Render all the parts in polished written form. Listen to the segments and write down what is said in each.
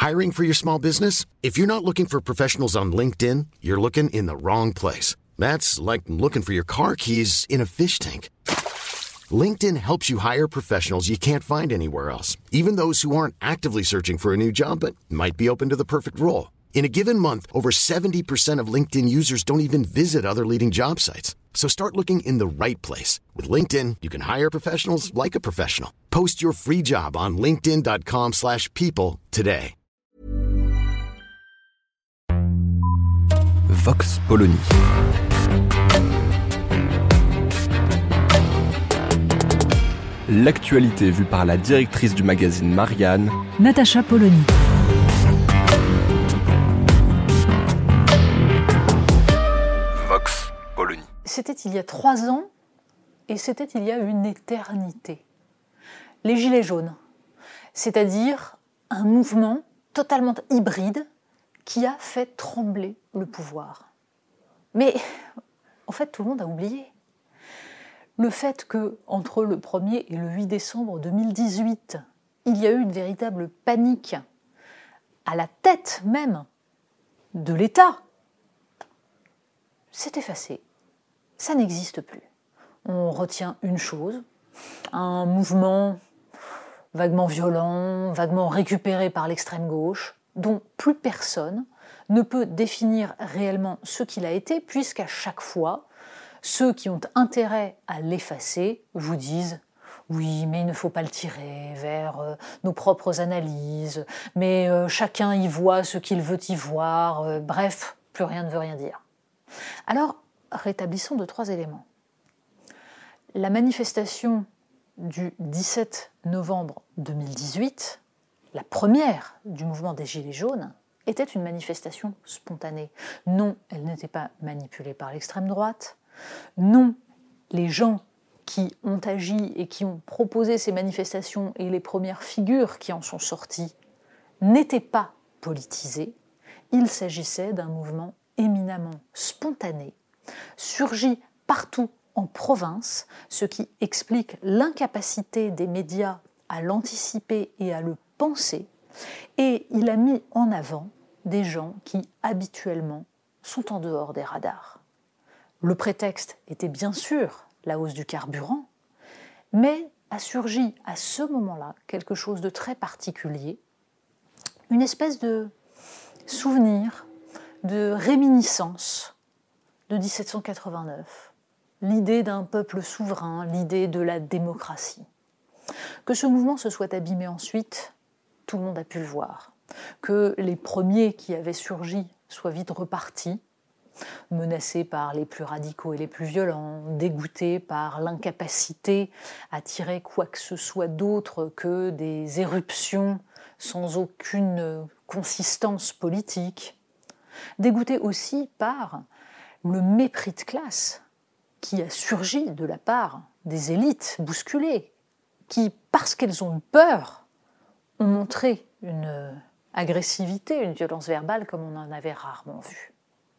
Hiring for your small business? If you're not looking for professionals on LinkedIn, you're looking in the wrong place. That's like looking for your car keys in a fish tank. LinkedIn helps you hire professionals you can't find anywhere else, even those who aren't actively searching for a new job but might be open to the perfect role. In a given month, over 70% of LinkedIn users don't even visit other leading job sites. So start looking in the right place. With LinkedIn, you can hire professionals like a professional. Post your free job on linkedin.com/people today. Vox Polony. L'actualité vue par la directrice du magazine Marianne, Natacha Polony. Vox Polony. C'était il y a 3 ans et c'était il y a une éternité. Les Gilets jaunes, c'est-à-dire un mouvement totalement hybride qui a fait trembler le pouvoir. Mais en fait, tout le monde a oublié. Le fait qu'entre le 1er et le 8 décembre 2018, il y a eu une véritable panique à la tête même de l'État, c'est effacé. Ça n'existe plus. On retient une chose, un mouvement vaguement violent, vaguement récupéré par l'extrême gauche, dont plus personne ne peut définir réellement ce qu'il a été, puisqu'à chaque fois, ceux qui ont intérêt à l'effacer vous disent « oui, mais il ne faut pas le tirer vers nos propres analyses, mais chacun y voit ce qu'il veut y voir, bref, plus rien ne veut rien dire ». Alors, rétablissons 2-3 éléments. La manifestation du 17 novembre 2018, la première du mouvement des Gilets jaunes, était une manifestation spontanée. Non, elle n'était pas manipulée par l'extrême droite. Non, les gens qui ont agi et qui ont proposé ces manifestations et les premières figures qui en sont sorties n'étaient pas politisés. Il s'agissait d'un mouvement éminemment spontané, surgi partout en province, ce qui explique l'incapacité des médias à l'anticiper et à le penser, et il a mis en avant des gens qui, habituellement, sont en dehors des radars. Le prétexte était bien sûr la hausse du carburant, mais a surgi à ce moment-là quelque chose de très particulier, une espèce de souvenir, de réminiscence de 1789, l'idée d'un peuple souverain, l'idée de la démocratie. Que ce mouvement se soit abîmé ensuite, tout le monde a pu le voir. Que les premiers qui avaient surgi soient vite repartis, menacés par les plus radicaux et les plus violents, dégoûtés par l'incapacité à tirer quoi que ce soit d'autre que des éruptions sans aucune consistance politique, dégoûtés aussi par le mépris de classe qui a surgi de la part des élites bousculées, qui, parce qu'elles ont eu peur, ont montré une agressivité, une violence verbale comme on en avait rarement vu.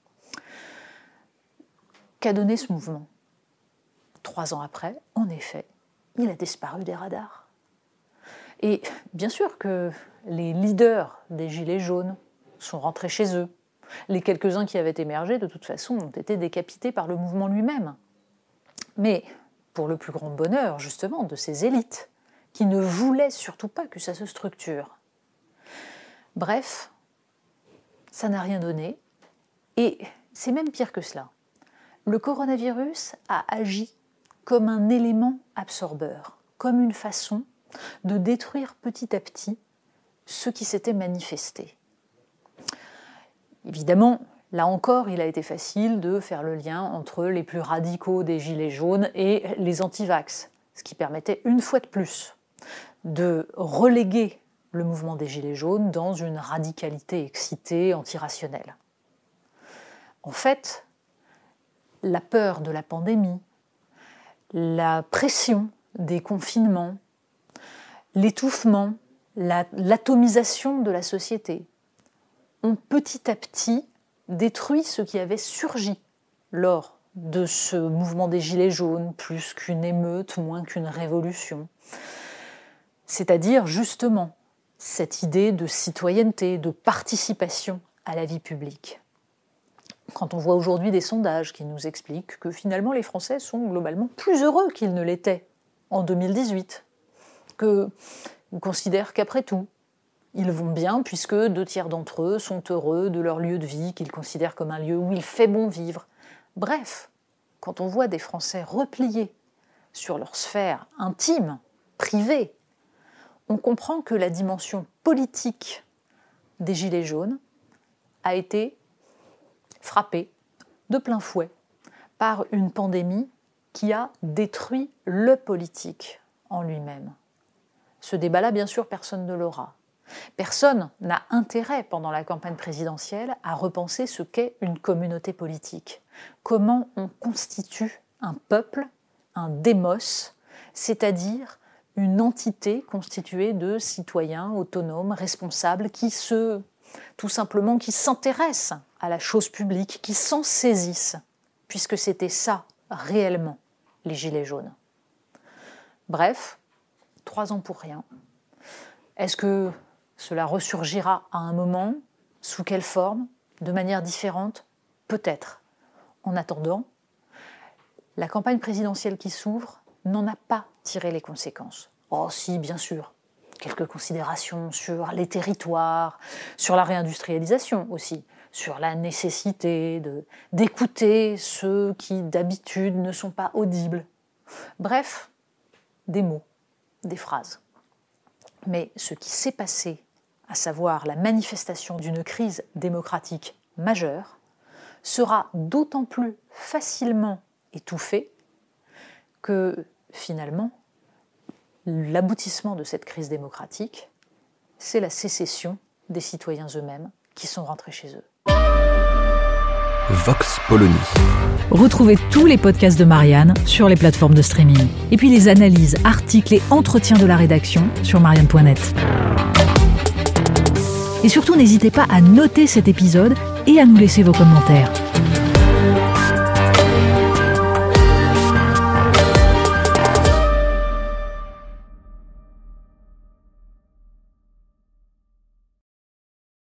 Qu'a donné ce mouvement ? 3 ans après, en effet, il a disparu des radars. Et bien sûr que les leaders des Gilets jaunes sont rentrés chez eux. Les quelques-uns qui avaient émergé, de toute façon, ont été décapités par le mouvement lui-même. Mais pour le plus grand bonheur, justement, de ces élites, qui ne voulaient surtout pas que ça se structure. Bref, ça n'a rien donné. Et c'est même pire que cela. Le coronavirus a agi comme un élément absorbeur, comme une façon de détruire petit à petit ce qui s'était manifesté. Évidemment, là encore, il a été facile de faire le lien entre les plus radicaux des Gilets jaunes et les antivax, ce qui permettait une fois de plus de reléguer le mouvement des Gilets jaunes dans une radicalité excitée, antirationnelle. En fait, la peur de la pandémie, la pression des confinements, l'étouffement, l'atomisation de la société ont petit à petit détruit ce qui avait surgi lors de ce mouvement des Gilets jaunes, plus qu'une émeute, moins qu'une révolution. C'est-à-dire, justement, cette idée de citoyenneté, de participation à la vie publique. Quand on voit aujourd'hui des sondages qui nous expliquent que finalement les Français sont globalement plus heureux qu'ils ne l'étaient en 2018, qu'ils considèrent qu'après tout, ils vont bien puisque 2/3 d'entre eux sont heureux de leur lieu de vie, qu'ils considèrent comme un lieu où il fait bon vivre. Bref, quand on voit des Français repliés sur leur sphère intime, privée, on comprend que la dimension politique des Gilets jaunes a été frappée de plein fouet par une pandémie qui a détruit le politique en lui-même. Ce débat-là, bien sûr, personne ne l'aura. Personne n'a intérêt, pendant la campagne présidentielle, à repenser ce qu'est une communauté politique. Comment on constitue un peuple, un démos, c'est-à-dire une entité constituée de citoyens autonomes, responsables, tout simplement, qui s'intéressent à la chose publique, qui s'en saisissent, puisque c'était ça, réellement, les Gilets jaunes. Bref, 3 ans pour rien. Est-ce que cela ressurgira à un moment? Sous quelle forme? De manière différente? Peut-être. En attendant, la campagne présidentielle qui s'ouvre n'en a pas tiré les conséquences. Oh si, bien sûr. Quelques considérations sur les territoires, sur la réindustrialisation aussi, sur la nécessité d'écouter ceux qui d'habitude ne sont pas audibles. Bref, des mots, des phrases. Mais ce qui s'est passé, à savoir la manifestation d'une crise démocratique majeure, sera d'autant plus facilement étouffé que, finalement, l'aboutissement de cette crise démocratique, c'est la sécession des citoyens eux-mêmes qui sont rentrés chez eux. Vox Polony. Retrouvez tous les podcasts de Marianne sur les plateformes de streaming. Et puis les analyses, articles et entretiens de la rédaction sur marianne.net. Et surtout, n'hésitez pas à noter cet épisode et à nous laisser vos commentaires.